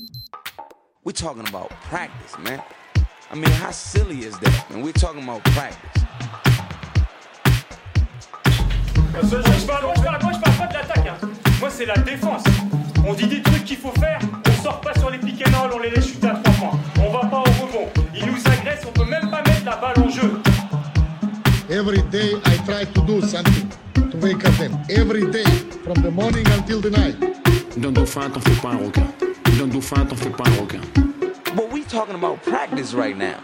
We're talking about practice, man. I mean, how silly is that, man? We're talking about practice. Moi, je parle pas de l'attaque. Hein. Moi, c'est la défense. On dit des trucs qu'il faut faire, on sort pas sur les pick and roll, on les laisse chuter à 3 points. On va pas au rebond. Ils nous agressent, on peut même pas mettre la balle en jeu. Every day I try to do something to wake up them. Every day, from the morning until the night. D'un dauphin, t'en fais pas un requin. D'un dauphin, t'en fais pas un requin. But we talking about practice right now.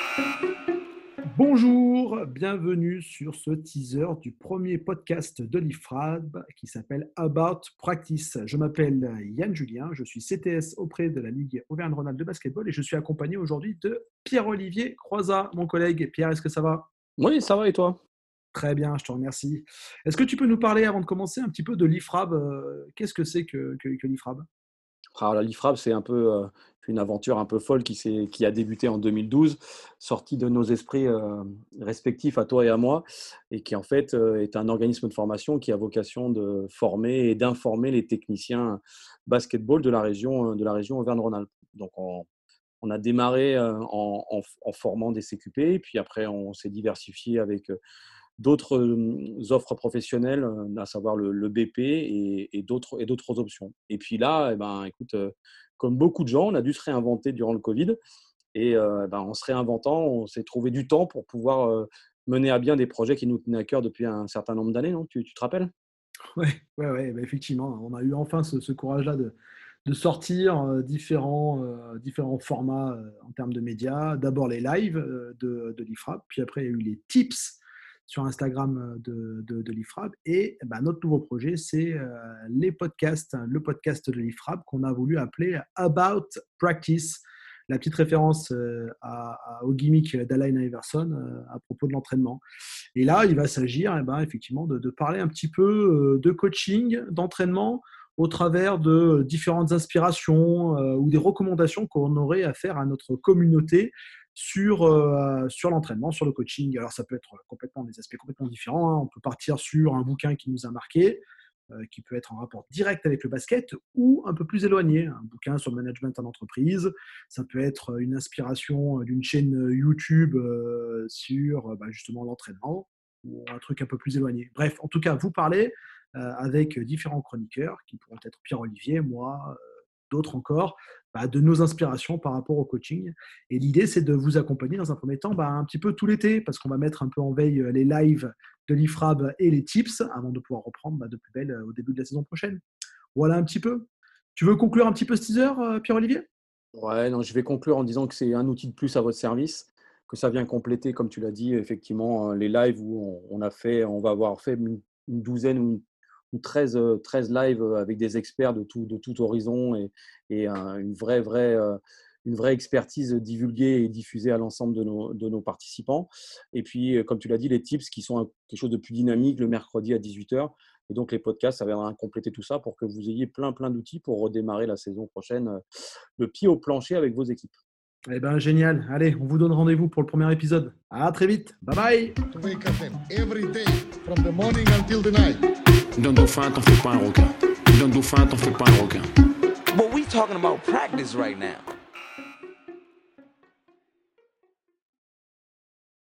Bonjour, bienvenue sur ce teaser du premier podcast de l'IFRAB qui s'appelle About Practice. Je m'appelle Yann Julien, je suis CTS auprès de la Ligue Auvergne-Rhône-Alpes de basketball et je suis accompagné aujourd'hui de Pierre-Olivier Croizat, mon collègue. Pierre, est-ce que ça va ? Oui, ça va et toi ? Très bien, je te remercie. Est-ce que tu peux nous parler, avant de commencer, un petit peu de l'IFRAB ? Qu'est-ce que c'est que l'IFRAB ? Alors, l'IFRAB, c'est un peu une aventure un peu folle qui a débuté en 2012, sortie de nos esprits respectifs à toi et à moi, et qui en fait est un organisme de formation qui a vocation de former et d'informer les techniciens basketball de la région Auvergne-Rhône-Alpes. Donc, on a démarré en formant des CQP, puis après on s'est diversifié avec d'autres offres professionnelles, à savoir le BP et d'autres options. Et puis là, écoute, comme beaucoup de gens, on a dû se réinventer durant le Covid. Et en se réinventant, on s'est trouvé du temps pour pouvoir mener à bien des projets qui nous tenaient à cœur depuis un certain nombre d'années, non ? Tu te rappelles ? Oui, effectivement, on a eu enfin ce courage-là de sortir différents formats en termes de médias. D'abord les lives de l'IFRAB, puis après il y a eu les tips sur Instagram de l'IFRAB. Et notre nouveau projet, c'est les podcasts, le podcast de l'IFRAB qu'on a voulu appeler About Practice. La petite référence au gimmick d'Allen Iverson à propos de l'entraînement. Et là, il va s'agir effectivement de parler un petit peu de coaching, d'entraînement, au travers de différentes inspirations ou des recommandations qu'on aurait à faire à notre communauté sur l'entraînement, sur le coaching. Alors, ça peut être des aspects complètement différents. Hein. On peut partir sur un bouquin qui nous a marqué, qui peut être en rapport direct avec le basket ou un peu plus éloigné. Un bouquin sur le management en entreprise. Ça peut être une inspiration d'une chaîne YouTube sur justement l'entraînement ou un truc un peu plus éloigné. Bref, en tout cas, vous parlez avec différents chroniqueurs qui pourront être Pierre-Olivier, moi, d'autres encore, de nos inspirations par rapport au coaching. Et l'idée, c'est de vous accompagner dans un premier temps un petit peu tout l'été, parce qu'on va mettre un peu en veille les lives de l'IFRAB et les tips avant de pouvoir reprendre de plus belle au début de la saison prochaine. Voilà un petit peu. Tu veux conclure un petit peu ce teaser, Pierre-Olivier ? Ouais, non, je vais conclure en disant que c'est un outil de plus à votre service, que ça vient compléter, comme tu l'as dit, effectivement, les lives où on va avoir fait une douzaine ou 13 lives avec des experts de tout horizon et une vraie expertise divulguée et diffusée à l'ensemble de nos participants. Et puis, comme tu l'as dit, les tips qui sont quelque chose de plus dynamique le mercredi à 18h. Et donc, les podcasts, ça viendra compléter tout ça pour que vous ayez plein d'outils pour redémarrer la saison prochaine, le pied au plancher avec vos équipes. Eh bien, génial. Allez, on vous donne rendez-vous pour le premier épisode. À très vite. Bye bye. To wake up them. Every day, from the morning until the night. D'un dauphin, t'en fais pas un requin. D'un dauphin, t'en fais pas un requin. But we talking about practice right now.